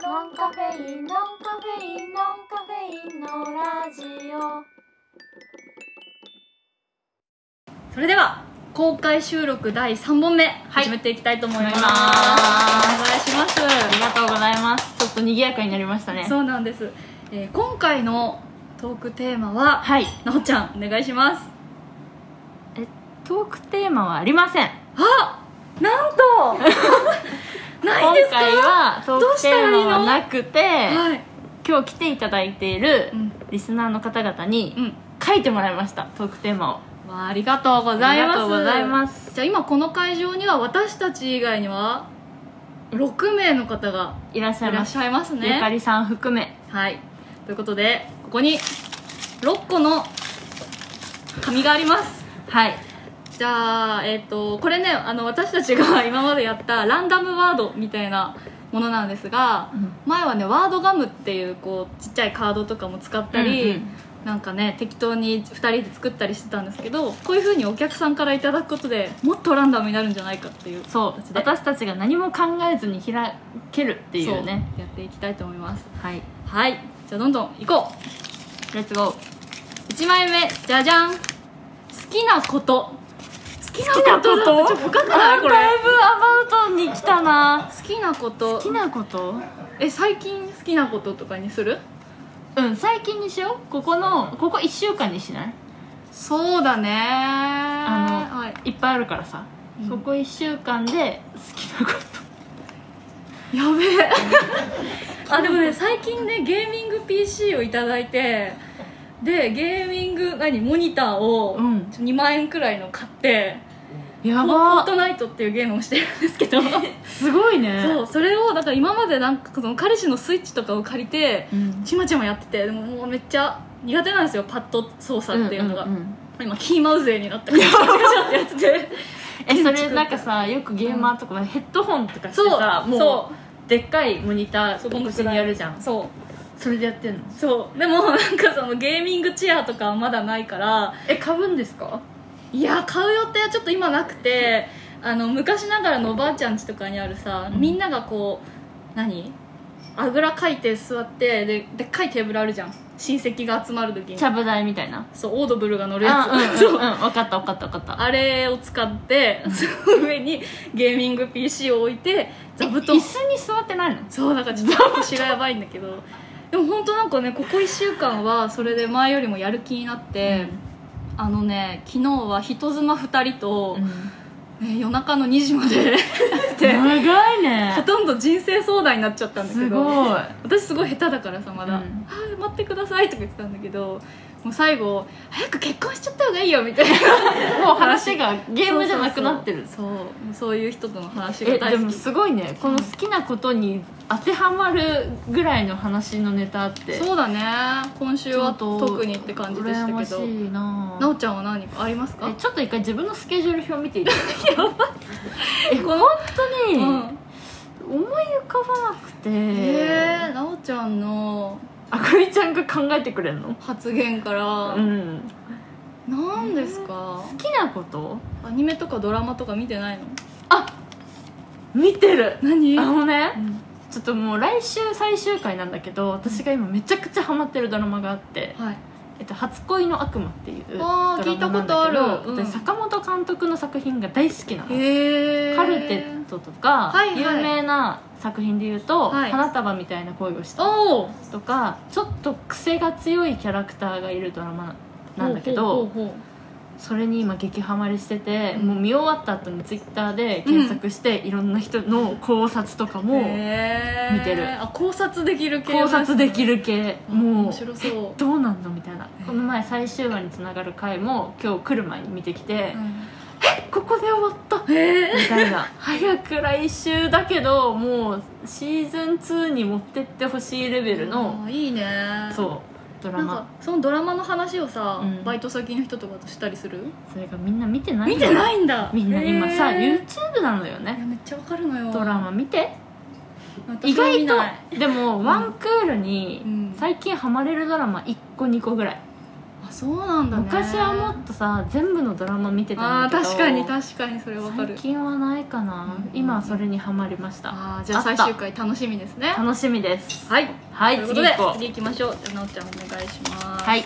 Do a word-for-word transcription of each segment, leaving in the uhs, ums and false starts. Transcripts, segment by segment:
ノンカフェインノンカフェインノンカフェインのラジオ。それでは公開収録だいさんぼんめ、はい、始めていきたいと思います。お願いします。 ありがとうございます。ちょっと賑やかになりましたね。 そうなんです、えー、今回のトークテーマは、はい、なおちゃんお願いします。 えトークテーマはありません。 あ、なんとないですか。 今回はトークテーマはなくて、 はい、 今日来ていただいているリスナーの方々に書いてもらいました、トークテーマを。 ありがとうございます。ありがとうございます。じゃあ今この会場には私たち以外にはろくめいの方がいらっしゃいます。 いらっしゃいますね。 ゆかりさん含め。 はい、ということでここにろっこの紙があります。はい、じゃあ、えー、とこれね、あの私たちが今までやったランダムワードみたいなものなんですが、うん、前はねワードガムっていうこうちっちゃいカードとかも使ったり、うんうん、なんかね適当にふたりで作ったりしてたんですけど、こういう風にお客さんからいただくことでもっとランダムになるんじゃないかっていう、 そう私たちが何も考えずに開けるっていうね、 やっていきたいと思います。 はい、 はい、じゃあどんどんいこう。 レッツゴー。 いちまいめ、じゃじゃん。好きなこと。 好きなことちょっと深くないこれ。だいぶアバウトに来たな。 好きなこと好きなことえ、最近好きなこととかにする？ うん、最近にしよう。ここのここいっしゅうかんにしない？ そうだね、 あの、はい、いっぱいあるからさ、うん、ここいっしゅうかんで好きなことやべえあ、でもね最近ねゲーミング ピーシー をいただいて、でゲーミング何モニターをにまんえんくらいの買って、うん、やばーフォートナイトっていうゲームをしてるんですけどすごいね。 そう、それをだから今までなんかその彼氏のスイッチとかを借りて、うん、ちまちまやってて、でももうめっちゃ苦手なんですよパッド操作っていうのが、うんうんうん、今キーマウゼになってガチャガチャってやっててえ、それなんかさ、よくゲーマーとか、うん、ヘッドホンとかしてさ、もうそうでっかいモニターボックスにやるじゃん。そうそれでやってんの。 そうでもなんかそのゲーミングチェアとかはまだないから。 え、買うんですか？ いや買う予定はちょっと今なくて、あの昔ながらのおばあちゃん家とかにあるさ、うん、みんながこう何あぐらかいて座ってででっかいテーブルあるじゃん、親戚が集まる時にちゃぶ台みたいな。 そうオードブルが乗るやつ、 うんうん、うん、分かった分かった分かった。 あれを使ってその上にゲーミング ピーシー を置いて座布団。 椅子に座ってないの？ そうだからちょっと腰がやばいんだけどでも本当なんかねここいっしゅうかんはそれで前よりもやる気になって、うん、あのね昨日は人妻ふたりと、うんね、夜中のにじまで長いね。 ほとんど人生相談になっちゃったんだけど、 すごい私すごい下手だからさまだ、うん、あ待ってくださいとか言ってたんだけど、もう最後早く結婚しちゃった方がいいよみたいなもう話がゲームじゃなくなってる。 そうそうそう、そうそういう人との話が大好き。 えでもすごいね、この好きなことに当てはまるぐらいの話のネタって。 そうだね、今週は特にって感じでしたけど。羨ましいな。なおちゃんは何かありますか？ えちょっと一回自分のスケジュール表見ていいですか？やばいえ本当に、うん、思い浮かばなくて。 えー、なおちゃんのあかりちゃんが考えてくれるの？ 発言から、うん、何ですか、 好きなこと？ アニメとかドラマとか見てないの？ あ見てる。 何？ あのね、うん、ちょっともう来週最終回なんだけど、私が今めちゃくちゃハマってるドラマがあって、はい、えっと、初恋の悪魔っていうドラマなんだけど、聞いたことある、うん、私坂本監督の作品が大好きなの。へー。カルテットとか、はいはい、有名な作品でいうと、はい、花束みたいな恋をしたとか、ちょっと癖が強いキャラクターがいるドラマなんだけど、それに今激ハマりしてて、うん、もう見終わった後にツイッターで検索して、うん、いろんな人の考察とかも見てる。 あ、考察できる系、 考察できる系、もう面白そう。 どうなんのみたいな。この前最終話につながる回も今日来る前に見てきて、うん、えここで終わったみたいな早く来週だけどもうシーズンツーに持ってってほしいレベルの。 あいいね。 そうドラマ。 なんかそのドラマの話をさ、うん、バイト先の人とかとしたりする？ それがみんな見てない。 見てないんだ。 みんな今さ YouTube なのよね。 いやめっちゃわかるのよ。 ドラマ見て。意外とでもワンクールに最近ハマれるドラマいっこにこぐらい。 あ、そうなんだね。 昔はもっとさ全部のドラマ見てたんだけど、 あ確かに確かにそれわかる。 最近はないかな、うん、今はそれにハマりました。 あじゃあ最終回楽しみですね。 楽しみです。 はいはい、 ということで次行次行きましょう。じゃあなおちゃんお願いします。 はい。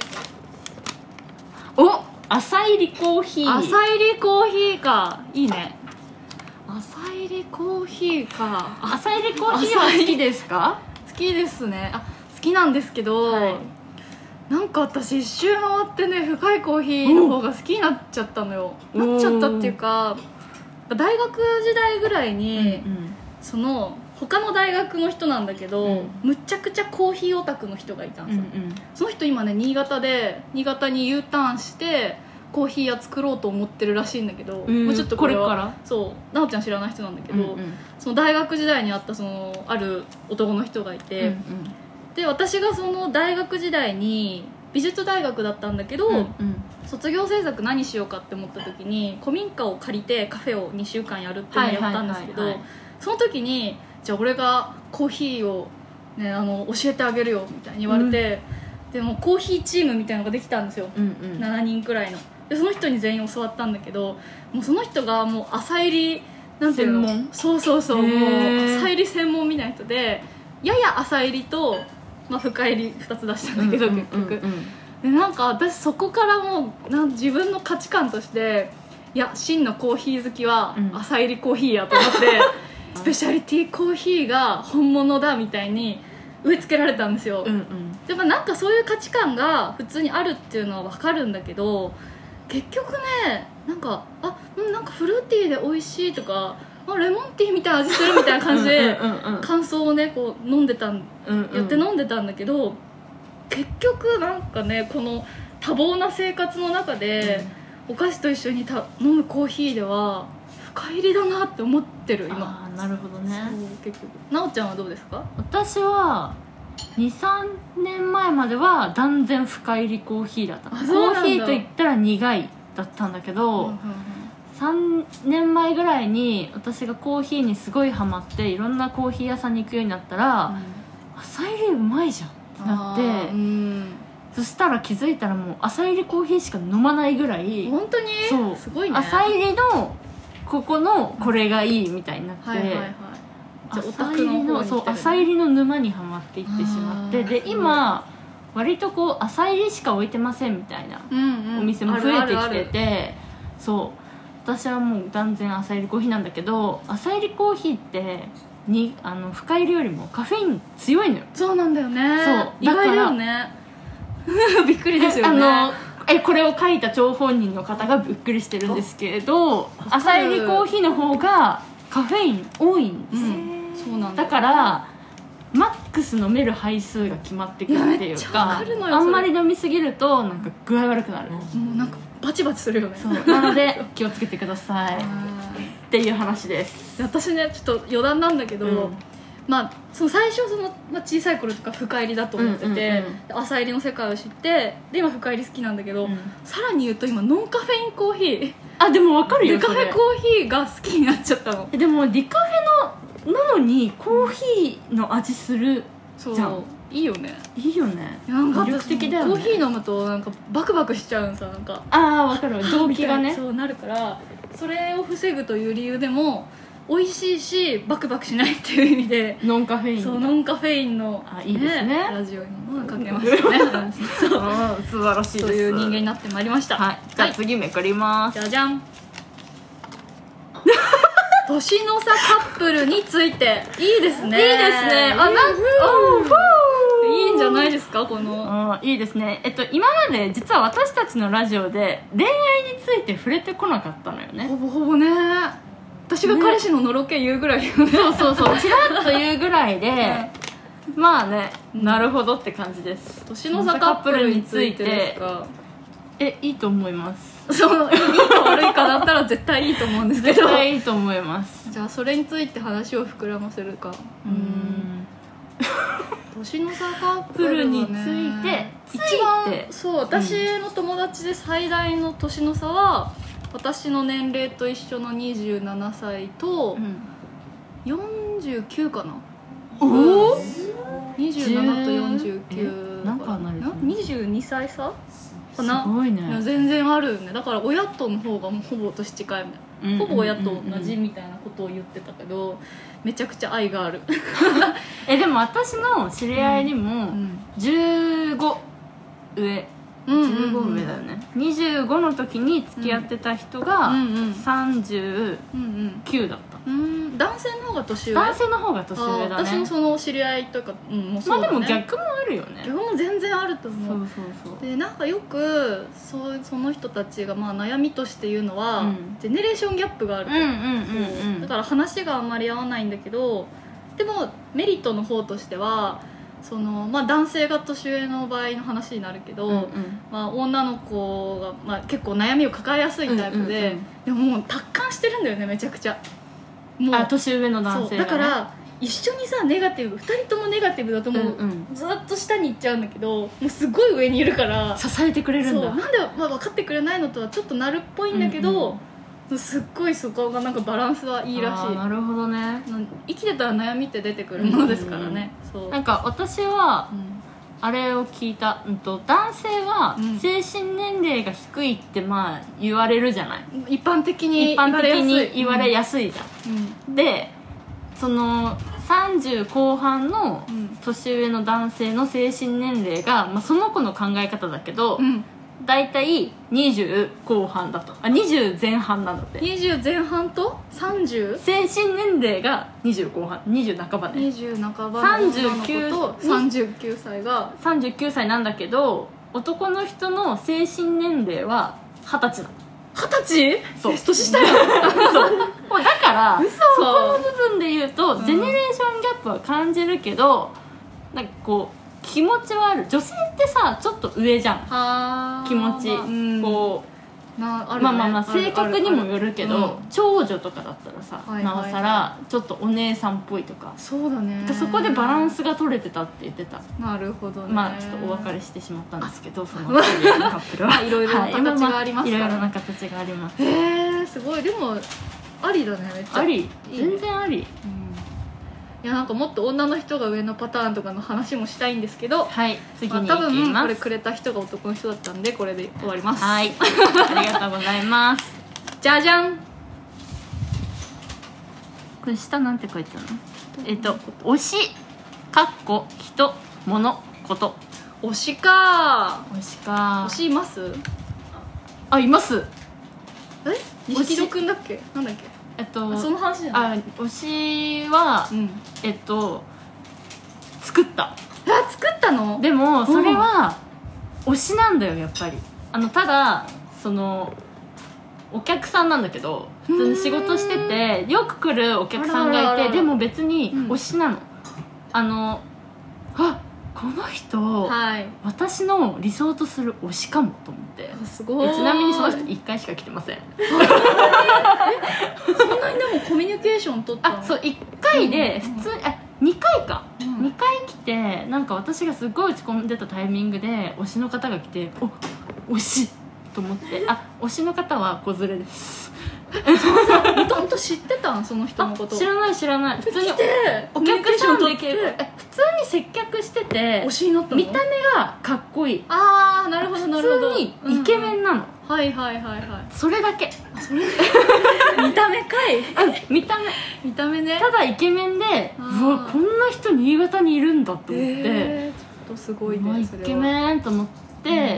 お、朝入りコーヒー。 朝入りコーヒーか、いいね。朝入りコーヒーか。 朝入りコーヒーは好きですか？ 好きですね。あ、好きなんですけど、はい、なんか私一周回ってね深いコーヒーの方が好きになっちゃったのよ。なっちゃったっていうか、大学時代ぐらいに、うんうん、その他の大学の人なんだけど、うん、むちゃくちゃコーヒーオタクの人がいたんですよ、うんうん、その人今ね新潟で新潟に U ターンしてコーヒー屋作ろうと思ってるらしいんだけど、 うん、 もうちょっとこれはこれからそうなおちゃん知らない人なんだけど、 うんうん、 その大学時代に会ったそのある男の人がいて、うんうん、で私がその大学時代に美術大学だったんだけど、うんうん、卒業制作何しようかって思った時に古民家を借りてカフェをにしゅうかんやるっていうのをやったんですけど、その時にじゃあ俺がコーヒーを、ね、あの教えてあげるよみたいに言われて、うん、でもコーヒーチームみたいなのができたんですよ、うんうん、しちにんくらいの。でその人に全員教わったんだけど、もうその人がもう朝入りなんていうの、 専門そうそうそう、もう朝入り専門みたいな人で、やや朝入りと、まあ、深入りふたつ出したんだけど、うんうんうんうん、結局でなんか私そこからもうなん自分の価値観として、いや真のコーヒー好きは朝入りコーヒーやと思って、うん、スペシャリティコーヒーが本物だみたいに植え付けられたんですよ、うんうん、でもなんかそういう価値観が普通にあるっていうのは分かるんだけど、結局ねなんかあなんかフルーティーで美味しいとか、あレモンティーみたいな味するみたいな感じで感想をねこう飲んでたん、うんうん、やって飲んでたんだけど、結局なんかねこの多忙な生活の中で、うん、お菓子と一緒にた飲むコーヒーでは深入りだなって思ってる今。 あなるほどね。 結局なおちゃんはどうですか？ 私は にさんねんまえまでは断然深入りコーヒーだった。コーヒーといったら苦いだったんだけど、うんうんうん、さんねんまえぐらいに私がコーヒーにすごいハマっていろんなコーヒー屋さんに行くようになったら、うん、朝入りうまいじゃんってなって、うん、そしたら気づいたらもう朝入りコーヒーしか飲まないぐらい。 本当にそうすごいね。 朝入りのここのこれがいいみたいになって、はいはいはい、朝入りのそう朝入りの沼にはまっていってしまって、で今割とこう朝入りしか置いてませんみたいなお店も増えてきてて、そう私はもう断然朝入りコーヒーなんだけど、朝入りコーヒーってにあの深入りよりもカフェイン強いのよ。 そうなんだよね。 そう意外だよねびっくりですよね。 あのえこれを書いた張本人の方がびっくりしてるんですけれど、朝入りコーヒーの方がカフェイン多いんですよ、 うん、そうなんだ。 だからマックス飲める杯数が決まってくるっていうか、あんまり飲みすぎるとなんか具合悪くなる、 もうなんかバチバチするよね。 そうなので気をつけてくださいっていう話です。 私ねちょっと余談なんだけど、うんまあ、その最初その、まあ、小さい頃とか深入りだと思ってて、うんうんうん、朝入りの世界を知ってで今深入り好きなんだけど、うん、さらに言うと今ノンカフェインコーヒーあでも分かるよデカフェコーヒーが好きになっちゃったの。 でもデカフェのなのにコーヒーの味するじゃん。 そういいよね。 いいよね。 なんか魅力的だよね。 コーヒー飲むとなんかバクバクしちゃうんさ、なんかああ分かる動機がねそうなるから、それを防ぐという理由でも美味しいしバクバクしないっていう意味でノンカフェインそうノンカフェインの、 あいいですね、 ラジオにもかけましたねそう素晴らしいです。 そういう人間になってまいりました。 はい、じゃあ次めくります。 じゃじゃん年の差カップルについて。いいですね。 いいですね。あなんいいんじゃないですかこの。 いいですね。えっと今まで実は私たちのラジオで恋愛について触れてこなかったのよね。 ほぼほぼね。私が彼氏ののろけ言うぐらいよね。 そうそうそうちらっと言うぐらいでまあね、なるほどって感じです。 年の差カップルについてですか。 えいいと思います。 そういいか悪いかだったら絶対いいと思うんですけど絶対いいと思います。 じゃあそれについて話を膨らませるか。うん年の差カップルについて一番そう私の友達で最大の年の差は、私の年齢と一緒のにじゅうななさいとよんじゅうきゅうかな。 おおにじゅうななとよんじゅうきゅうなんか離れてるにじゅうにさい差かな。 すごいね。 いや全然あるよね。だから親との方がもうほぼ年近いみたいな、 うんうんうんうん、 ほぼ親と同じみたいなことを言ってたけど、めちゃくちゃ愛があるえでも私の知り合いにもじゅうご上、じゅうご上だよね、にじゅうごの時に付き合ってた人がさんじゅうきゅうだった、 うんうん、男性の方が年上。 男性の方が年上だね。 私もその知り合いとか、うん、もうそうだね。 まあでも逆もあるよね。 逆も全然あると思う。 そうそうそう。 でなんかよくそうその人たちがまあ悩みとして言うのは、うん、ジェネレーションギャップがあると、 うんうんうんうん、 だから話があんまり合わないんだけど、でもメリットの方としてはその、まあ、男性が年上の場合の話になるけど、うんうん、まあ、女の子が、まあ、結構悩みを抱えやすいタイプで、うんうんうん、でももう達観してるんだよねめちゃくちゃ。もうあ年上の男性が、ね、 だから一緒にさネガティブふたりともネガティブだともう、うんうん、ずっと下に行っちゃうんだけど、もうすごい上にいるから支えてくれるんだ。 そうなんで、まあ、分かってくれないのとはちょっとなるっぽいんだけど、うんうん、すっごいそこがなんかバランスはいいらしい。 なるほどね。 生きてたら悩みって出てくるものですからね、うんうん、そうなんか私は、うんあれを聞いた、うん、と男性は精神年齢が低いってまあ言われるじゃない、 うん、一般的に一般的に言われやすいじゃん、うん、でそのさんじゅう後半の年上の男性の精神年齢が、まあ、その子の考え方だけど、うんだいたいにじゅう後半だと、あにじゅう前半なんだって。 にじゅう前半と さんじゅう？ 精神年齢がにじゅう後半、にじゅう半ばね。 にじゅう半ばの女の子とさんじゅうきゅうさいがさんじゅうきゅうさいなんだけど、男の人の精神年齢ははたちなの。 はたち？ そう年下よそうもうだからそこの部分で言うと、うん、ジェネレーションギャップは感じるけど、なんかこう気持ちはある。女性ってさちょっと上じゃん気持ち、まあうん、こうまあ、ね、まあまあまあ性格にもよるけど、うん、長女とかだったらさ、はいはいはい、なおさらちょっとお姉さんっぽいとか。 そうだね。 そこでバランスが取れてたって言ってた。 なるほどね。 まあちょっとお別れしてしまったんですけど、そのカップルはいろいろな形がありますから、 いろいろな形があります。 へえすごい。でもありだねめっちゃあり全然あり、うんいやなんかもっと女の人が上のパターンとかの話もしたいんですけど、 はい次にまあ、 行きます。 多分これくれた人が男の人だったんでこれで終わります。 はいありがとうございますじゃじゃん。 これ下なんて書いてあるの？えっと推しかっこ人物こと推しか推しか推しいます？ あいます。 え錦戸くんだっけなんだっけえっと、 その話じゃない。 あ推しは、うん、えっと作った。 あ作ったの？ でもそれは推しなんだよやっぱり。あのただそのお客さんなんだけど普通に仕事しててよく来るお客さんがいて、でも別に推しなの、うん、あのあこの人、はい、私の理想とする推しかもと思って。 すごい。 ちなみにその人いっかいしか来てませんそんなにでもコミュニケーション取ったの？ あそういっかいで普通、うん、あにかいか、うん、にかい来てなんか私がすごい落ち込んでたタイミングで推しの方が来てお推しと思ってあ推しの方は子連れですもともと知ってたんその人のこと？ 知らない知らない。普通にお客さんできる。 普通に接客してて推しになったの？ 見た目がかっこいい。 ああなるほどなるほど。 普通にイケメンなの、 うん、はいはいはいはい。 それだけ。 あそれ見た目かい見た目見た目ね。 ただイケメンでうわこんな人新潟にいるんだと思って、 えー、ちょっとすごいね。 イケメンと思って、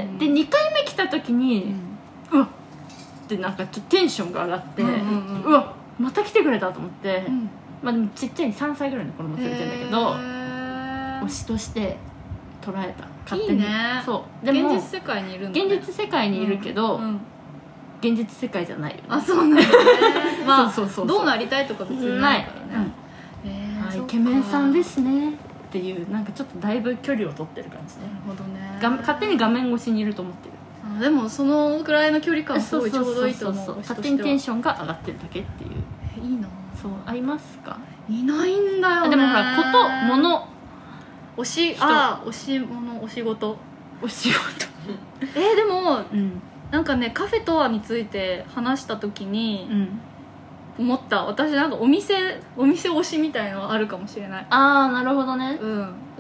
うん、でにかいめ来た時に、うん、うわってなんかちょっとテンションが上がって、うんうんうん、うわまた来てくれたと思って、うん、まあでもちっちゃいさんさいぐらいの子供連れてるんだけど推しとして捉えた。勝手にいいね。 そうでも現実世界にいるんだ、ね、 現実世界にいるけど、うんうん、現実世界じゃないよね。 あそうなんだねまあそうそうそうどうなりたいとか別にないからね、 うんえー、あイケメンさんですねっていうなんかちょっとだいぶ距離を取ってる感じね。 なるほどね。 が勝手に画面越しにいると思ってる。 でもそのくらいの距離感すごいちょうどいいと思う。 勝手にテンションが上がってるだけっていう。 えいいな。 そう合いますか？ いないんだよね。 でもほらこと物推しあ推し物お仕事お仕事えー、でも、うん、なんかねカフェとはについて話した時に、うん、思った私なんかお店お店推しみたいのはあるかもしれない。 ああなるほどね。 うん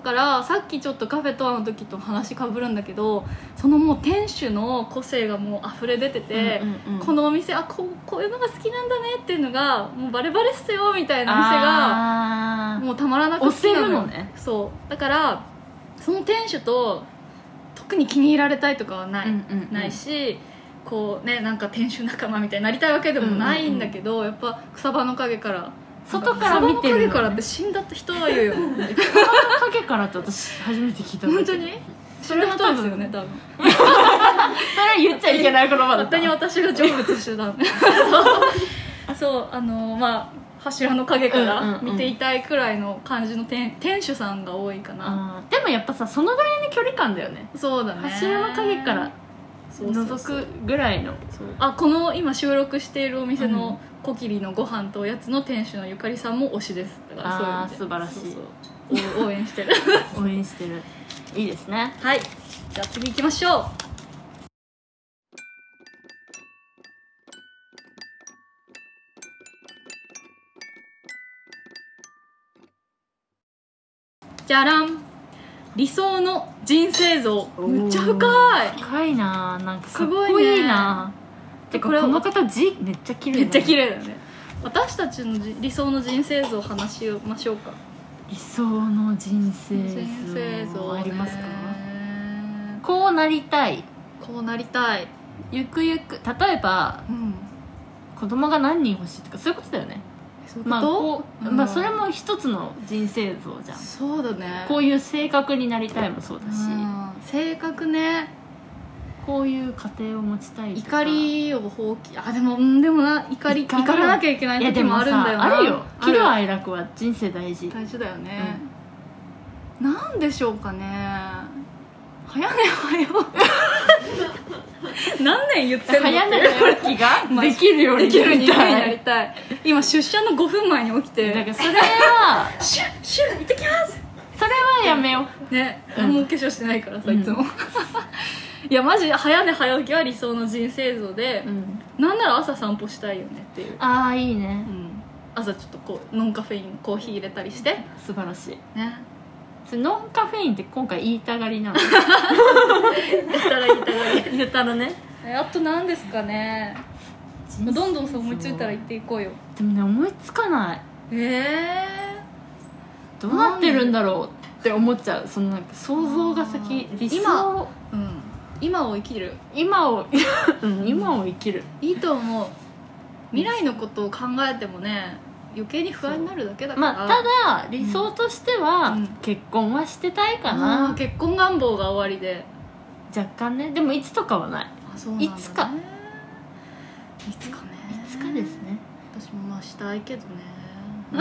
だからさっきちょっとカフェとはの時と話かぶるんだけど、そのもう店主の個性がもう溢れ出てて、うんうんうん、このお店あ こ, こういうのが好きなんだねっていうのがもうバレバレっすよみたいなお店がもうたまらなく好きなのよ、ね、そうだからその店主と特に気に入られたいとかはない、うんうんうん、ないしこうねなんか店主仲間みたいになりたいわけでもないんだけど、うんうんうん、やっぱ草葉の陰から外から見てる、ね、 草葉の陰からって死んだって人は言うよ草葉の陰からって私初めて聞いた本当に死んだ人ですよね多分それは言っちゃいけない言葉だった勝手に私が成仏してたそうあのまあ柱の陰から見ていたいくらいの感じの 店, 店主さんが多いかな。 でもやっぱさそのぐらいの距離感だよね。 そうだね柱の陰から覗くぐらいの。 そうあこの今収録しているお店のコキリのご飯とおやつの店主のゆかりさんも推しです。だからそういうあ素晴らしい。 そうそう応援してる応援してるいいですね。 はいじゃあ次行きましょう。じゃらん理想の人生像むっちゃ深い深いななんかかっこいいな、ね、てかこの方字めっちゃ綺麗めっちゃ綺麗だね。私たちの理想の人生像を話しましょうか。 理想の人生像ありますか？こうなりたいこうなりたいゆくゆく例えば、うん、子供が何人欲しいとかそういうことだよね。まあこう、うんまあ、それも一つの人生像じゃん。 そうだね。 こういう性格になりたいもそうだし、うん、 性格ねこういう家庭を持ちたいとか怒りを放棄あでもでもな怒り怒らなきゃいけない時もあるんだよな。 あるよ喜怒哀楽は人生大事大事だよね、うん、なんでしょうかね。早寝早何年言ってんの早寝早起きができるようになりたい。今出社のごふんまえに起きてだからそれはシュッシュッ行ってきますそれはやめようね、うん、何もお化粧してないからさいつも、うん、いやマジ早寝早起きは理想の人生像で、うん、なんなら朝散歩したいよねっていう。 ああいいね、うん、 朝ちょっとこうノンカフェインコーヒー入れたりして素晴らしいね。 ノンカフェインって今回言いたがりなの言ったら言いたがり言ったらね。 あと何ですかね。どんどんそう思いついたら言っていこうよ。 でもね思いつかない。 ええー、どうなってるんだろうって思っちゃう。そのなんか想像が先理想今、うん、今を生きる今を、うん、今を生きるいいと思う。未来のことを考えてもね余計に不安になるだけだから。 まあ、ただ理想としては、うん、結婚はしてたいかな。 結婚願望が終わりで若干ね。でもいつとかはない。 あそうなんだ、ね、 いつかいつかねいつかですね。 私もまあしたいけどね、 うん、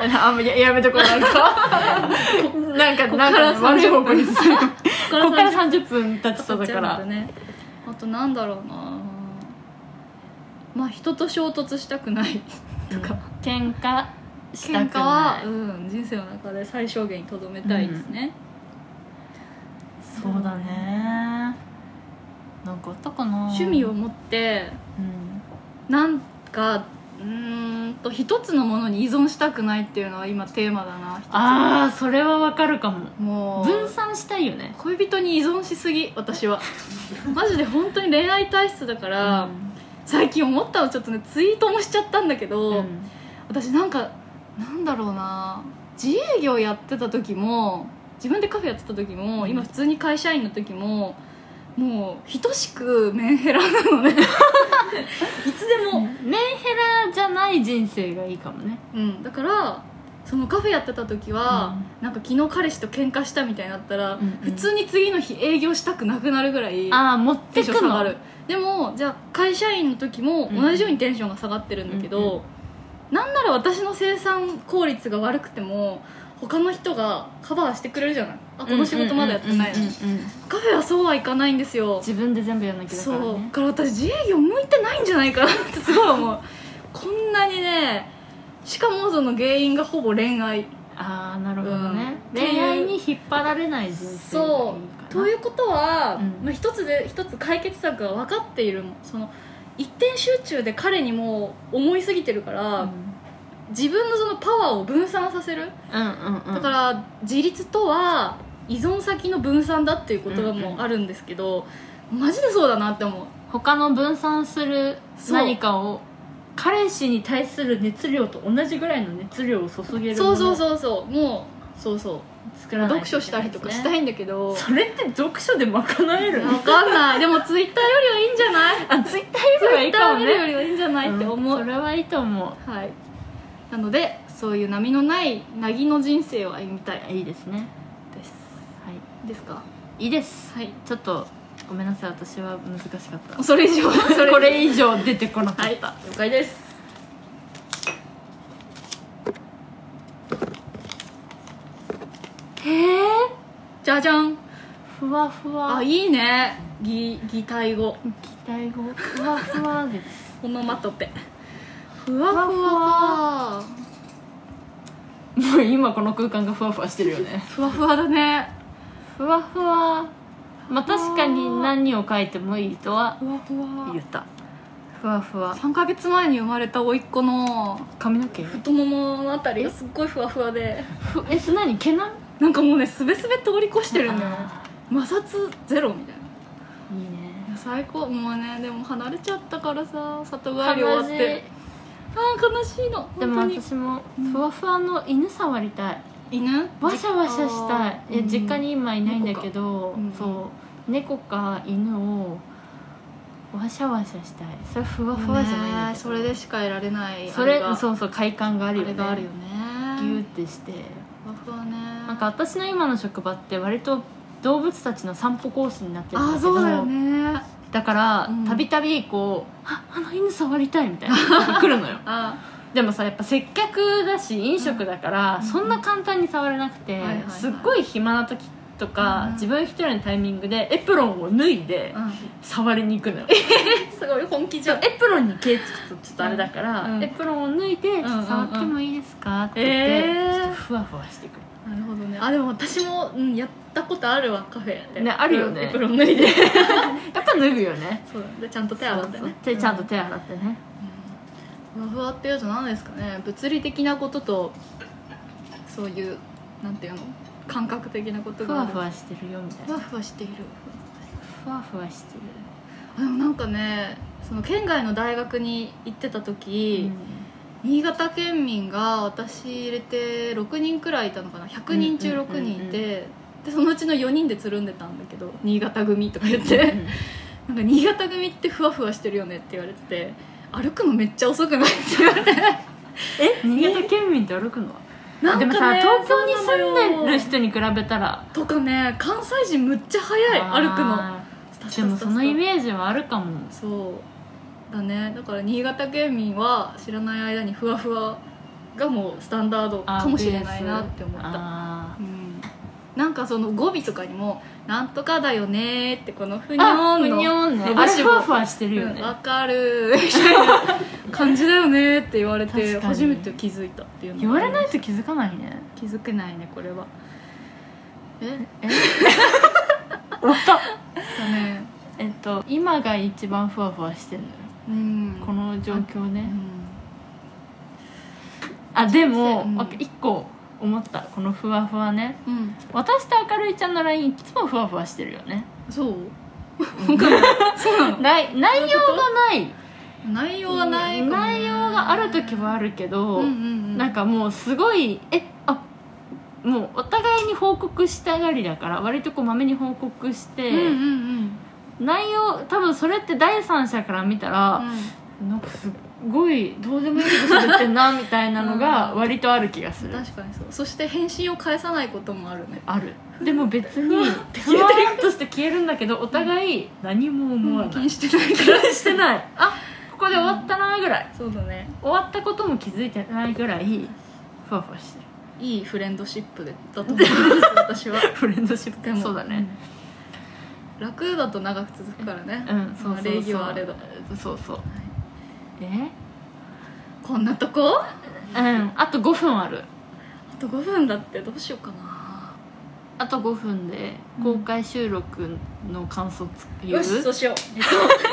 あや, やめとこうなんかなんかなんか悪い方向に進むここからさんじゅっぷん経ちそうだから。 ね、あとなんだろうなまあ人と衝突したくないとか、 うん、喧嘩したくない。 喧嘩は、うん、人生の中で最小限にとどめたいですね、 うん、そうだね。なんかあったかな。 趣味を持って、うん、なんかうーんと一つのものに依存したくないっていうのは今テーマだな。 ああそれはわかるかも。 もう分散したいよね。 恋人に依存しすぎ私はマジで本当に恋愛体質だから、うん、最近思ったのちょっとねツイートもしちゃったんだけど、うん、私なんかなんだろうな自営業やってた時も自分でカフェやってた時も、うん、今普通に会社員の時ももう等しくメンヘラなのねいつでもメンヘラじゃない人生がいいかもね、 うん、だからそのカフェやってた時は、うん、なんか昨日彼氏と喧嘩したみたいになったら、うんうん、普通に次の日営業したくなくなるぐらいあ持ってくのテンション下がる。でもじゃあ会社員の時も同じようにテンションが下がってるんだけど、うんうん、なんなら私の生産効率が悪くても他の人がカバーしてくれるじゃない。あこの仕事まだやってないのにカフェはそうはいかないんですよ。 自分で全部やんなきゃだからね。 そうだから私自営業向いてないんじゃないかなってすごい思うこんなにねしかもその原因がほぼ恋愛。 ああなるほどね、うん、恋愛に引っ張られない人生がいいかな。 そうということは、うんまあ、一つで一つ解決策が分かっているもん。その一点集中で彼にも思いすぎてるから、うん、 自分のそのパワーを分散させる、 うんうんうん、 だから自立とは依存先の分散だっていう言葉もあるんですけど、うんうん、マジでそうだなって思う。 他の分散する何かを彼氏に対する熱量と同じぐらいの熱量を注げるもの、 そうそうそうそう、もうそうそう作らないといけないですね。 読書したりとかしたいんだけど、 それって読書で賄えるの？ 分かんない。でもツイッターよりはいいんじゃない？ あ、ツイッターよりはいいかもね。 ツイッター見るよりはいいんじゃないって思う、 うん、それはいいと思う。 はい。なのでそういう波のない凪の人生を歩みたいいいですね。 です。 はい。 ですか？ いいです。 はい。 ちょっとごめんなさい、私は難しかった。 それ以上それこれ以上出てこなかった。 はい、了解です。 へえ。 じゃじゃん。 ふわふわ。 あ、いいね。擬擬態語。 擬態語。ふわふわです。 オノマトペ。ふわふわ。 もう今この空間がふわふわしてるよね。 ふわふわだね。 ふわふわ。まあ確かに何を書いてもいいとはふわふわ言った。ふわふわ。 さんかげつまえに生まれた甥っ子の髪の毛太もものあたりがすっごいふわふわで、 ふえ、それ何？毛な？ なんかもうねすべすべ通り越してるんだよね。摩擦ゼロみたいな。 いいね。 いや最高。もうねでも離れちゃったからさ、里帰り終わってあー悲しいの。 でも私もふわふわの犬触りたい。 犬わしゃわしゃしたい。え、 うん実家に今いないんだけど、 うん、 そう猫か犬をわしゃわしゃしたい。それふわふわじゃないんだけど、 それでしか得られないそれあれがそうそう快感があるよね。 あれがあるよね。 ギューってしてふわふわね。 なんか私の今の職場って割と動物たちの散歩コースになってるんだけど、 あ、そうだよね。 だからたびたびこうああの犬触りたいみたいなのが来るのよ。 あでもさやっぱ接客だし飲食だから、 うん、 そんな簡単に触れなくて、 はいはいはい、 すっごい暇な時とか、うん、自分一人のタイミングでエプロンを脱いで触りに行くのよ、 うん、すごい本気じゃん。 エプロンに毛つくとちょっとあれだから、うん、エプロンを脱いで、うん、触ってもいいですかって言って、えー、ちょっとふわふわしてくる。 なるほどね。あ、でも私も、うん、やったことあるわ。カフェでね、あるよね。 エプロン脱いでやっぱ脱ぐよね。 そうでちゃんと手洗ってね。 手ちゃんと手洗ってね、 うん、ふわふわっていうと何ですかね。物理的なこととそういうなんていうの感覚的なことがある。 ふわふわしてるよみたいな。 ふわふわしている。 ふわふわしてる。 あ、でもなんかね、その県外の大学に行ってた時、うん、新潟県民が私入れてろくにんくらいいたのかな。ひゃくにん中ろくにんいて、でそのうちのよにんでつるんでたんだけど、新潟組とか言ってなんか新潟組ってふわふわしてるよねって言われてて、歩くのめっちゃ遅くないって言われてえ、新潟県民って歩くの？なんかね、でもさ、東京に住んでる人に比べたらとかね、関西人むっちゃ速い歩くの。 でもそのイメージはあるかも。 そうだね。だから新潟県民は知らない間にふわふわがもうスタンダードかもしれないなって思った。あ、うん、なんかその語尾とかにもなんとかだよねってこのふにょんの伸ばし棒ふわふわしてるよね。 わ、うん、かるみたいな感じだよねって言われて初めて気づいたっていうの。 言われないと気づかないね。 気づけないねこれは。ええ終わっただね。 えっと今が一番ふわふわしてるのよ、うん、この状況ね、うん、あでも、うん、一個思った。このふわふわね、うん、私と明るいちゃんの ライン いつもふわふわしてるよね。 そうそうなの。 内容がない内容がない、 ね、内容がある時はあるけど、うんうんうん、なんかもうすごいえあもうお互いに報告したがりだから割とこうまめに報告して、うんうんうん、内容多分それって第三者から見たら、うん、なんかすっごいどうでもいいこと喋ってんなみたいなのが割とある気がする。 確かにそう。そして返信を返さないこともあるね。 ある。でも別にふわっとして消えるんだけどお互い何も思わない、うん、 気にしてないからしてないあここで終わったなぐらい、 うん、そうだね。 終わったことも気づいてないぐらいふわふわしてる。 いいフレンドシップだと思います私は。 フレンドシップでもそうだね、 うん、楽だと長く続くからね。 うん、そうそうそう、 礼儀はあれだ。 そうそう、はい、えこんなとこ？ うんあとごふんある。 あとごふんだってどうしようかな。 あとごふんで公開収録の感想言う、 うん、よしそうしよう、えっと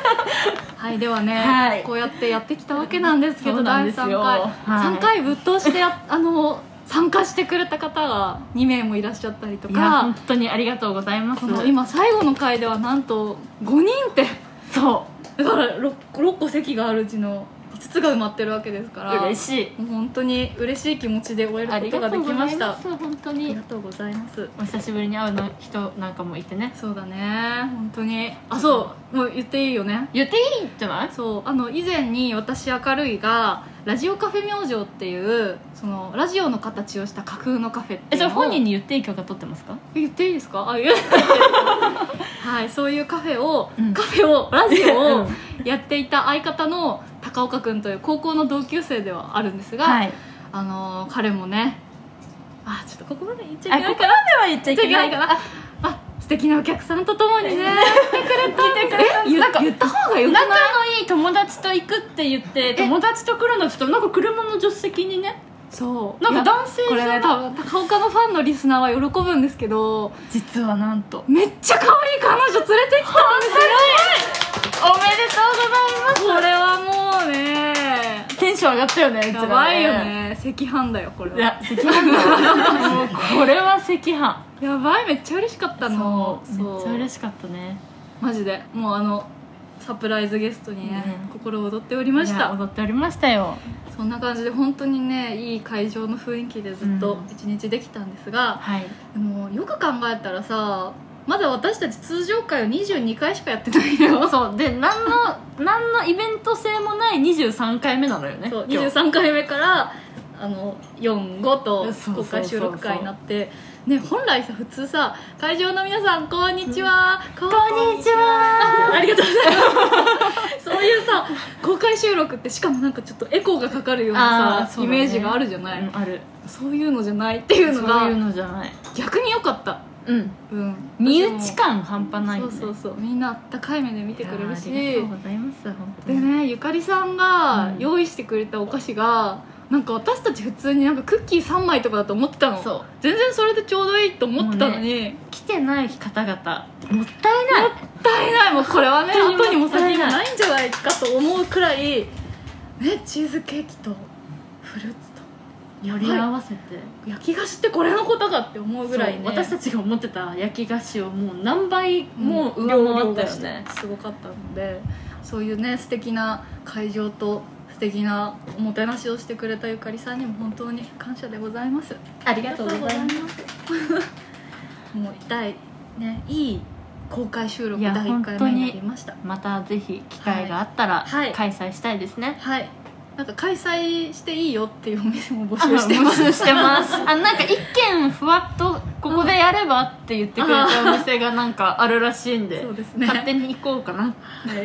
はい、ではね、 はい、 こうやってやってきたわけなんですけど、だいさんかい、 はい、 さんかいぶっ通してやあの参加してくれた方がにめいもいらっしゃったりとか、いや本当にありがとうございます。 今最後の回ではなんとごにんって、 そうだから 6, ろっこ席があるうちのいつつが埋まってるわけですから、 嬉しい。 もう本当に嬉しい気持ちで終えることができました。 本当にありがとうございます。 お久しぶりに会うの人なんかもいてね。 そうだね、本当に。あ、そうもう言っていいよね。 言っていいんじゃない？ そうあの以前に私明るいがラジオカフェ明星っていうそのラジオの形をした架空のカフェっていうのを、 え、それ本人に言っていい許可取ってますか？ 言っていいですか？あ、言ってはい、そういうカフェを、 うん、 カフェをラジオをやっていた相方の高岡くんという高校の同級生ではあるんですが、はい、あのー、彼もね、あ、ちょっとここまで言っちゃいけないかな。 ここまでは言っちゃいけないかな。 あ、あ、素敵なお客さんと共にね、来てくれた。え、なんか言った方がよくない？ 仲のいい友達と行くって言って友達と来るのって言ったらなんか車の助手席にね、 そうなんか男性これね、多分高岡のファンのリスナーは喜ぶんですけど、 実はなんとめっちゃ可愛い彼女連れてきたんですよ。 おめでとうございます。 これはもうね、 テンション上がったよね。 やばいよね。赤飯だよこれは。 いや、赤飯だもうこれは赤飯やばい、めっちゃ嬉しかったの。 そう、めっちゃ嬉しかったね、 マジで。もうあのサプライズゲストにね、うん、心躍っておりました。 踊っておりましたよ。 そんな感じで本当にね、いい会場の雰囲気でずっと一日できたんですが、うん、はい、でもよく考えたらさ、まだ私たち通常回をにじゅうにかいしかやってないのよ。 そうで、何の何のイベント性もないにじゅうさんかいめなのよね。 そう、にじゅうさんかいめからあのよん、ごと公開収録会になって、ね、本来さ、普通さ、会場の皆さんこんにちは、 こんにちは、 あ, ありがとうございますそういうさ、公開収録ってしかもなんかちょっとエコーがかかるようなさ、ね、イメージがあるじゃない、 うん、ある。 そういうのじゃないっていうのが、 そういうのじゃない、 逆に良かった。うん、うん、 身内感半端ないよね。 そうそうそう、みんなあったかい目で見てくれるし、 ありがとうございます。本当にでね、ゆかりさんが用意してくれたお菓子が、うん、なんか私たち普通になんかクッキーさんまいとかだと思ってたの。そう、全然それでちょうどいいと思ってたのに、ね、 来てない方々もったいないもったいない。もうこれはね、後にも先にもないんじゃないかと思うくらいね、チーズケーキとフルーツより合わせて、 焼き菓子ってこれのことかって思うぐらいね、 私たちが思ってた焼き菓子をもう何倍も上回ったよね、 うん、すごかったので、そういうね、素敵な会場と素敵なおもてなしをしてくれたゆかりさんにも本当に感謝でございます。 ありがとうございますもう痛いね、いい公開収録だいいっかいめになりました。 またぜひ機会があったら開催したいですね。 はい、はい、なんか開催していいよっていうお店も募集してます。 募集してますあ、なんか一軒ふわっとここでやればって言ってくれたお店がなんかあるらしいんで、そうですね、勝手に行こうかな。はい、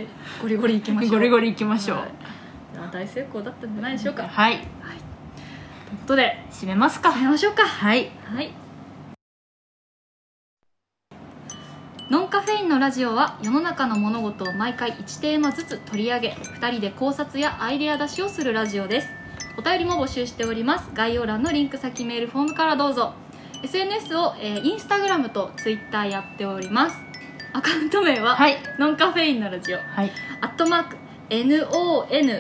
ゴリゴリ行きましょう。 ゴリゴリ行きましょう。はい、 大成功だったんじゃないでしょうか。 はい、はい、 ということで締めますか。 締めましょうか。 はい、 はい。ノンカフェインのラジオは世の中の物事を毎回いちテーマずつ取り上げ、ふたりで考察やアイデア出しをするラジオです。お便りも募集しております。概要欄のリンク先メールフォームからどうぞ。 エスエヌエス を、えー、インスタグラムとツイッターやっております。アカウント名は、はい、ノンカフェインのラジオ、はい、アットマーク ノンカフ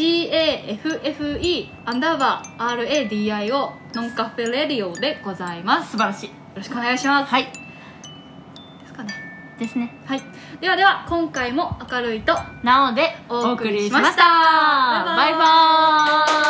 ェアンダーバー アールエーディーアイオー ノンカフェレディオでございます。 素晴らしい。よろしくお願いします。 はい、 ですかね。 ですね。 はい。ではでは、今回も明るいとなおでお送りしました。バイバーイ。